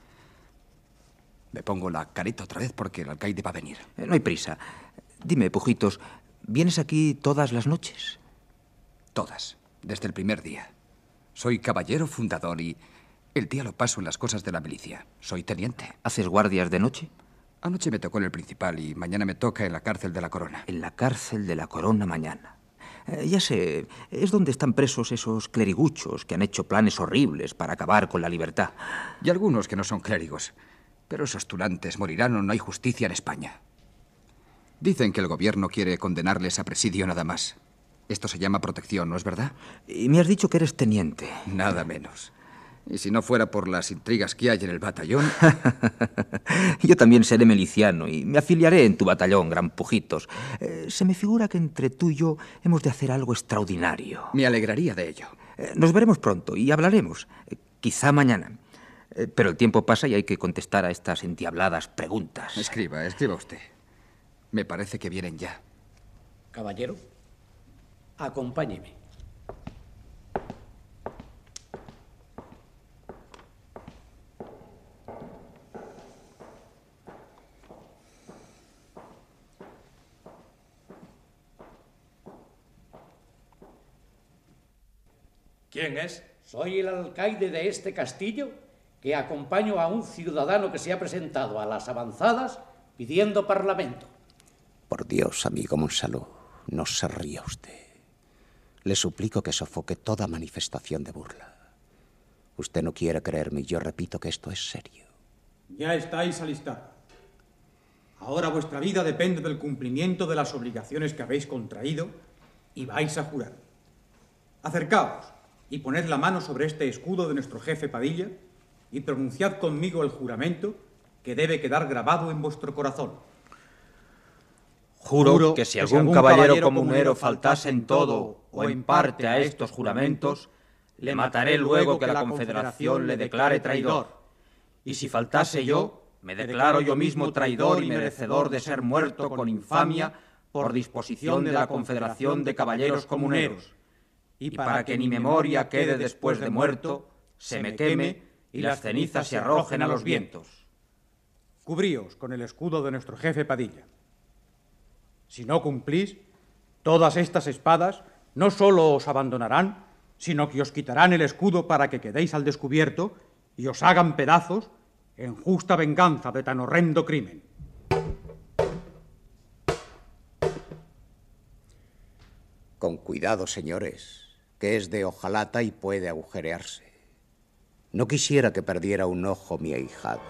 Me pongo la carita otra vez porque el alcaide va a venir. No hay prisa. Dime, Pujitos, ¿vienes aquí todas las noches? Todas, desde el primer día. Soy caballero fundador y el día lo paso en las cosas de la milicia. Soy teniente. ¿Haces guardias de noche? Anoche me tocó en el Principal y mañana me toca en la cárcel de la Corona. En la cárcel de la Corona mañana. Ya sé, es donde están presos esos cleriguchos que han hecho planes horribles para acabar con la libertad. Y algunos que no son clérigos. Pero esos tunantes morirán o no hay justicia en España. Dicen que el gobierno quiere condenarles a presidio nada más. Esto se llama protección, ¿no es verdad? Y me has dicho que eres teniente. Nada menos. Y si no fuera por las intrigas que hay en el batallón... Yo también seré miliciano y me afiliaré en tu batallón, gran Pujitos. Se me figura que entre tú y yo hemos de hacer algo extraordinario. Me alegraría de ello. Nos veremos pronto y hablaremos. Quizá mañana. Pero el tiempo pasa y hay que contestar a estas endiabladas preguntas. Escriba usted. Me parece que vienen ya. Caballero, acompáñeme. ¿Quién es? Soy el alcaide de este castillo, que acompaño a un ciudadano que se ha presentado a las avanzadas pidiendo parlamento. Por Dios, amigo Monsalud, no se ría usted. Le suplico que sofoque toda manifestación de burla. Usted no quiere creerme y yo repito que esto es serio. Ya estáis alistados. Ahora vuestra vida depende del cumplimiento de las obligaciones que habéis contraído y vais a jurar. Acercaos y poned la mano sobre este escudo de nuestro jefe Padilla y pronunciad conmigo el juramento que debe quedar grabado en vuestro corazón. Juro que si algún caballero comunero faltase en todo o en parte a estos juramentos, le mataré luego que la Confederación le declare traidor. Y si faltase yo, me declaro yo mismo traidor y merecedor de ser muerto con infamia por disposición de la Confederación de Caballeros Comuneros. Y para que ni memoria quede después de muerto, se me queme y las cenizas se arrojen a los vientos. Cubríos con el escudo de nuestro jefe Padilla. Si no cumplís, todas estas espadas no solo os abandonarán, sino que os quitarán el escudo para que quedéis al descubierto y os hagan pedazos en justa venganza de tan horrendo crimen. Con cuidado, señores, que es de hojalata y puede agujerearse. No quisiera que perdiera un ojo mi ahijado.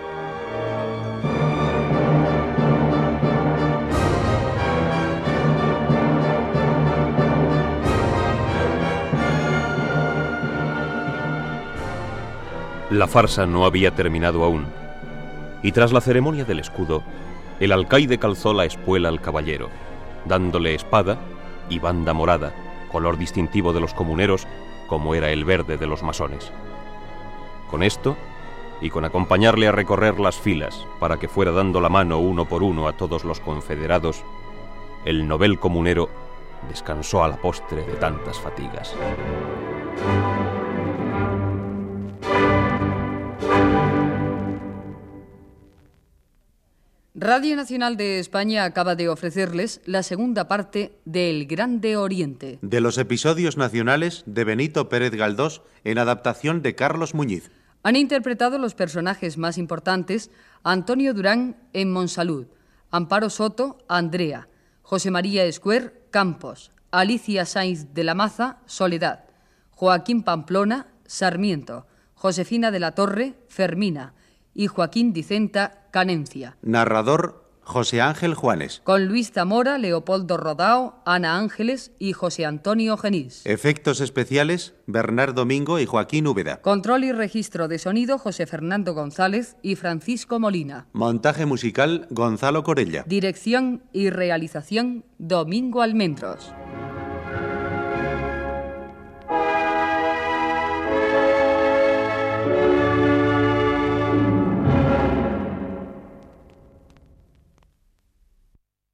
La farsa no había terminado aún, y tras la ceremonia del escudo, el alcaide calzó la espuela al caballero, dándole espada y banda morada, color distintivo de los comuneros, como era el verde de los masones. Con esto, y con acompañarle a recorrer las filas para que fuera dando la mano uno por uno a todos los confederados, el novel comunero descansó a la postre de tantas fatigas. Radio Nacional de España acaba de ofrecerles la segunda parte de El Grande Oriente. De los episodios nacionales de Benito Pérez Galdós en adaptación de Carlos Muñiz. Han interpretado los personajes más importantes Antonio Durán en Monsalud, Amparo Soto, Andrea, José María Escuer, Campos, Alicia Sainz de la Maza, Soledad, Joaquín Pamplona, Sarmiento, Josefina de la Torre, Fermina y Joaquín Dicenta, Canencia. Narrador, José Ángel Juanes. Con Luis Zamora, Leopoldo Rodao, Ana Ángeles y José Antonio Genís. Efectos especiales, Bernard Domingo y Joaquín Úbeda. Control y registro de sonido, José Fernando González y Francisco Molina. Montaje musical, Gonzalo Corella. Dirección y realización, Domingo Almendros.